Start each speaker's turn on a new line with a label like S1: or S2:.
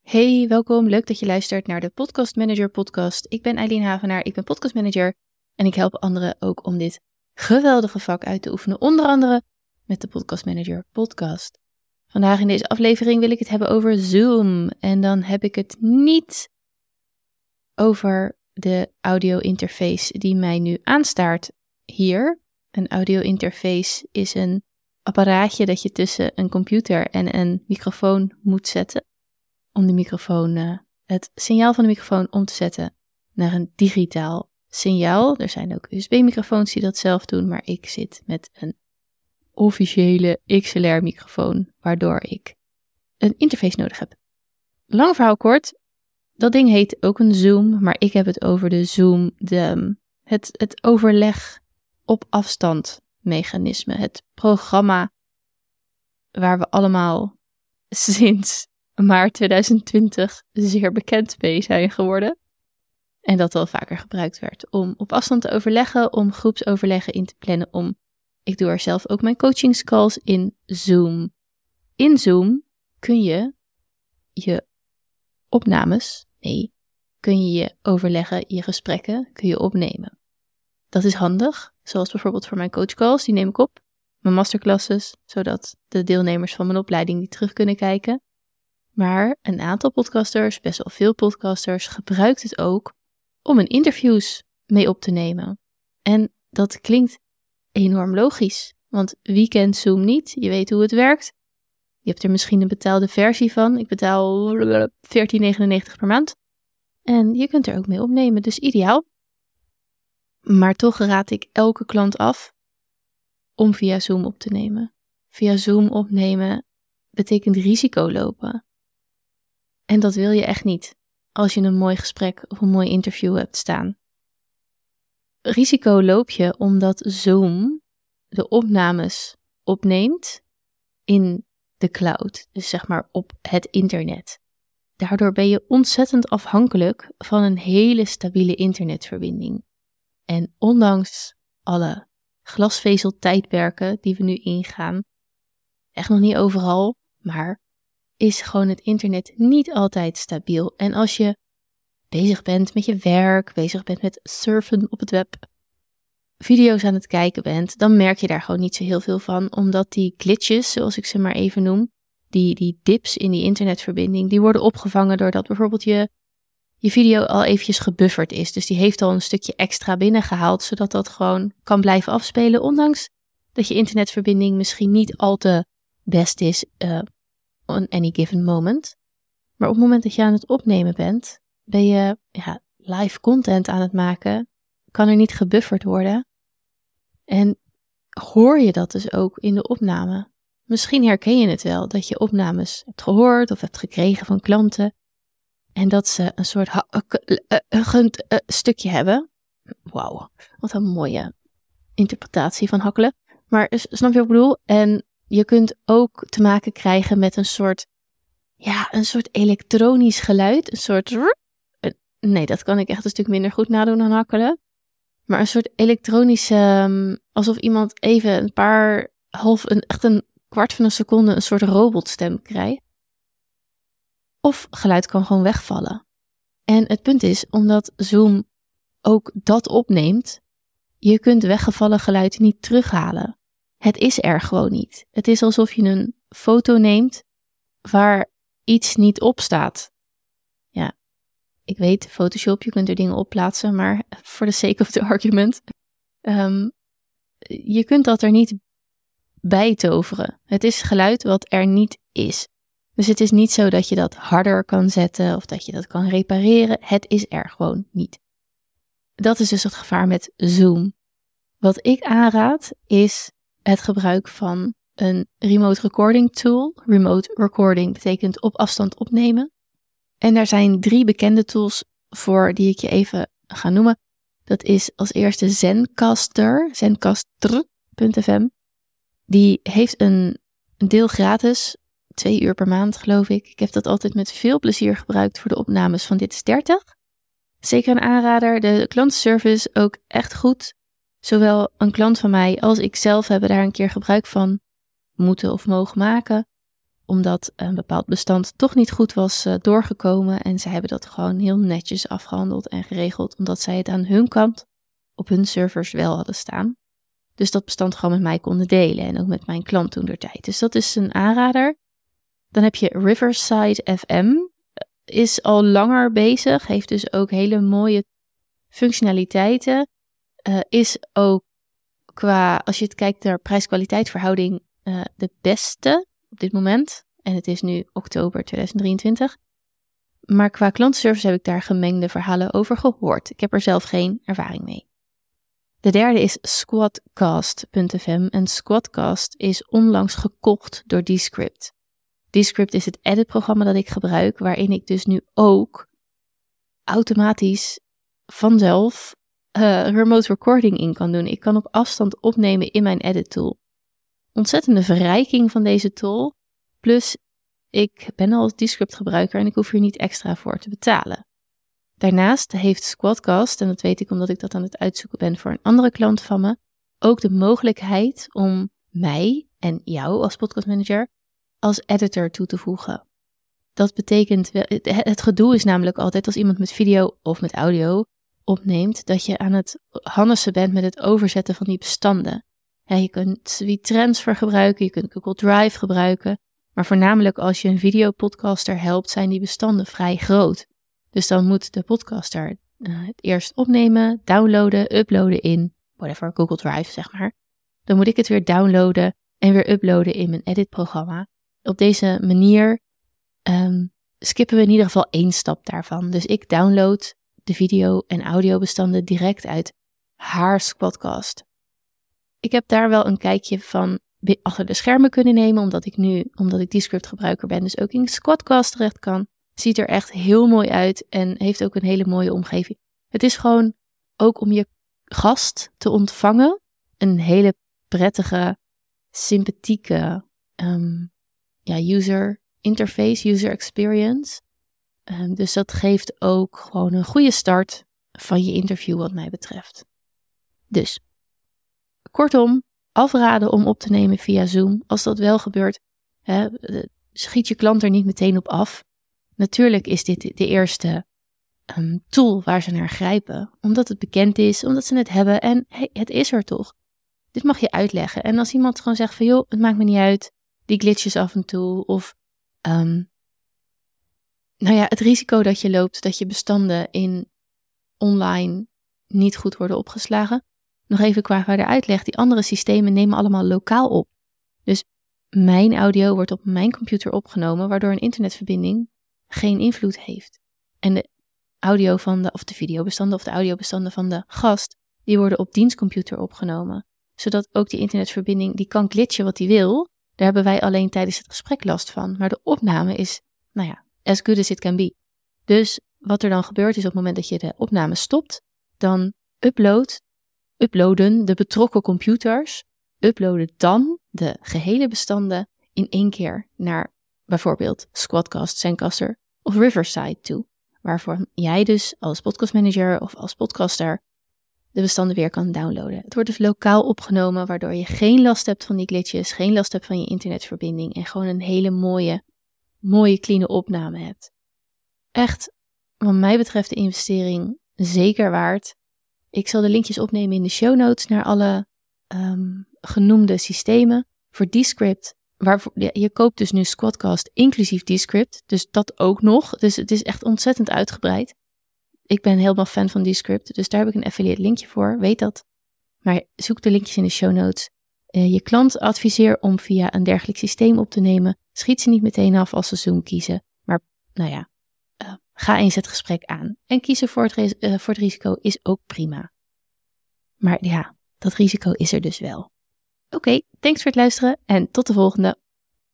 S1: Hey, welkom. Leuk dat je luistert naar de Podcast Manager podcast. Ik ben Eileen Havenaar, ik ben podcastmanager en ik help anderen ook om dit geweldige vak uit te oefenen, onder andere met de Podcast Manager podcast. Vandaag in deze aflevering wil ik het hebben over Zoom en dan heb ik het niet over de audio-interface die mij nu aanstaart hier. Een audio-interface is een apparaatje dat je tussen een computer en een microfoon moet zetten. Om de microfoon, het signaal van de microfoon om te zetten naar een digitaal signaal. Er zijn ook USB-microfoons die dat zelf doen, maar ik zit met een officiële XLR-microfoon, waardoor ik een interface nodig heb. Lang verhaal kort, dat ding heet ook een Zoom, maar ik heb het over de Zoom, het overleg op afstand mechanisme. Het programma waar we allemaal sinds maart 2020 zeer bekend mee zijn geworden. En dat al vaker gebruikt werd om op afstand te overleggen, om groepsoverleggen in te plannen, ik doe er zelf ook mijn coachingscalls in Zoom. In Zoom kun je kun je je overleggen, je gesprekken, kun je opnemen. Dat is handig, zoals bijvoorbeeld voor mijn coachcalls, die neem ik op. Mijn masterclasses, zodat de deelnemers van mijn opleiding die terug kunnen kijken. Maar een aantal podcasters, best wel veel podcasters, gebruikt het ook om een interviews mee op te nemen. En dat klinkt enorm logisch, want wie kent Zoom niet? Je weet hoe het werkt. Je hebt er misschien een betaalde versie van. Ik betaal $14,99 per maand. En je kunt er ook mee opnemen, dus ideaal. Maar toch raad ik elke klant af om via Zoom op te nemen. Via Zoom opnemen betekent risico lopen. En dat wil je echt niet als je een mooi gesprek of een mooi interview hebt staan. Risico loop je omdat Zoom de opnames opneemt in de cloud, dus zeg maar op het internet. Daardoor ben je ontzettend afhankelijk van een hele stabiele internetverbinding. En ondanks alle glasvezeltijdperken die we nu ingaan, echt nog niet overal, maar is gewoon het internet niet altijd stabiel. En als je bezig bent met je werk, bezig bent met surfen op het web, video's aan het kijken bent, dan merk je daar gewoon niet zo heel veel van, omdat die glitches, zoals ik ze maar even noem, die dips in die internetverbinding, die worden opgevangen doordat bijvoorbeeld je video al eventjes gebufferd is. Dus die heeft al een stukje extra binnengehaald, zodat dat gewoon kan blijven afspelen, ondanks dat je internetverbinding misschien niet al te best is on any given moment. Maar op het moment dat je aan het opnemen bent, ben je live content aan het maken, kan er niet gebufferd worden. En hoor je dat dus ook in de opname. Misschien herken je het wel, dat je opnames hebt gehoord of hebt gekregen van klanten. En dat ze een soort stukje hebben. Wauw, wat een mooie interpretatie van hakkelen. Maar snap je wat ik bedoel? En je kunt ook te maken krijgen met een soort elektronisch geluid. Een soort, nee, dat kan ik echt een stuk minder goed nadoen dan hakkelen. Maar een soort elektronische, alsof iemand even echt een kwart van een seconde een soort robotstem krijgt. Of geluid kan gewoon wegvallen. En het punt is, omdat Zoom ook dat opneemt, je kunt weggevallen geluid niet terughalen. Het is er gewoon niet. Het is alsof je een foto neemt waar iets niet op staat. Ja, ik weet, Photoshop, je kunt er dingen op plaatsen, maar for the sake of the argument, je kunt dat er niet bij toveren. Het is geluid wat er niet is. Dus het is niet zo dat je dat harder kan zetten of dat je dat kan repareren. Het is er gewoon niet. Dat is dus het gevaar met Zoom. Wat ik aanraad is het gebruik van een remote recording tool. Remote recording betekent op afstand opnemen. En daar zijn 3 bekende tools voor die ik je even ga noemen. Dat is als eerste Zencastr, zencastr.fm. Die heeft een deel gratis, 2 uur per maand geloof ik. Ik heb dat altijd met veel plezier gebruikt voor de opnames van Dit is 30. Zeker een aanrader, de klantenservice ook echt goed. Zowel een klant van mij als ik zelf hebben daar een keer gebruik van moeten of mogen maken. omdat een bepaald bestand toch niet goed was doorgekomen. En zij hebben dat gewoon heel netjes afgehandeld en geregeld, omdat zij het aan hun kant op hun servers wel hadden staan. Dus dat bestand gewoon met mij konden delen en ook met mijn klant toentertijd. Dus dat is een aanrader. Dan heb je Riverside FM. Is al langer bezig, heeft dus ook hele mooie functionaliteiten. Is ook als je het kijkt naar prijs-kwaliteit verhouding, de beste op dit moment. En het is nu oktober 2023. Maar qua klantenservice heb ik daar gemengde verhalen over gehoord. Ik heb er zelf geen ervaring mee. De derde is Squadcast.fm. En Squadcast is onlangs gekocht door Descript. Descript is het editprogramma dat ik gebruik, waarin ik dus nu ook automatisch vanzelf remote recording in kan doen. Ik kan op afstand opnemen in mijn edit tool. Ontzettende verrijking van deze tool. Plus, ik ben al Descript gebruiker en ik hoef hier niet extra voor te betalen. Daarnaast heeft Squadcast, en dat weet ik omdat ik dat aan het uitzoeken ben voor een andere klant van me, ook de mogelijkheid om mij en jou als podcastmanager als editor toe te voegen. Dat betekent, het gedoe is namelijk altijd als iemand met video of met audio opneemt, dat je aan het hannissen bent met het overzetten van die bestanden. Ja, je kunt WeTransfer gebruiken, je kunt Google Drive gebruiken, maar voornamelijk als je een videopodcaster helpt, zijn die bestanden vrij groot. Dus dan moet de podcaster het eerst opnemen, downloaden, uploaden in, whatever, Google Drive zeg maar. Dan moet ik het weer downloaden en weer uploaden in mijn editprogramma. Op deze manier skippen we in ieder geval 1 stap daarvan. Dus ik download de video- en audiobestanden direct uit haar Squadcast. Ik heb daar wel een kijkje van achter de schermen kunnen nemen, omdat ik Descript gebruiker ben, dus ook in Squadcast terecht kan. Ziet er echt heel mooi uit en heeft ook een hele mooie omgeving. Het is gewoon ook om je gast te ontvangen een hele prettige, sympathieke user interface, user experience. Dus dat geeft ook gewoon een goede start van je interview wat mij betreft. Dus, kortom, afraden om op te nemen via Zoom. Als dat wel gebeurt, schiet je klant er niet meteen op af. Natuurlijk is dit de eerste tool waar ze naar grijpen. Omdat het bekend is, omdat ze het hebben en het is er toch. Dit mag je uitleggen. En als iemand gewoon zegt van joh, het maakt me niet uit, die glitches af en toe. Of het risico dat je loopt dat je bestanden in online niet goed worden opgeslagen. Nog even qua verder uitleg, die andere systemen nemen allemaal lokaal op. Dus mijn audio wordt op mijn computer opgenomen, waardoor een internetverbinding geen invloed heeft. En de audio of de videobestanden of de audiobestanden van de gast, die worden op dienstcomputer opgenomen. Zodat ook die internetverbinding, die kan glitchen wat die wil. Daar hebben wij alleen tijdens het gesprek last van. Maar de opname is, as good as it can be. Dus wat er dan gebeurt is op het moment dat je de opname stopt, dan uploaden de betrokken computers, uploaden dan de gehele bestanden in 1 keer naar bijvoorbeeld Squadcast, Zencastr of Riverside toe. Waarvoor jij dus als podcastmanager of als podcaster de bestanden weer kan downloaden. Het wordt dus lokaal opgenomen, waardoor je geen last hebt van die glitches, geen last hebt van je internetverbinding en gewoon een hele mooie clean opname hebt. Echt, wat mij betreft de investering zeker waard. Ik zal de linkjes opnemen in de show notes naar alle genoemde systemen. Voor Descript, je koopt dus nu Squadcast inclusief Descript, dus dat ook nog. Dus het is echt ontzettend uitgebreid. Ik ben helemaal fan van Descript, dus daar heb ik een affiliate linkje voor, weet dat. Maar zoek de linkjes in de show notes. Je klant adviseer om via een dergelijk systeem op te nemen. Schiet ze niet meteen af als ze Zoom kiezen. Maar ga eens het gesprek aan. En kiezen voor het risico is ook prima. Maar ja, dat risico is er dus wel. Oké, thanks voor het luisteren en tot de volgende.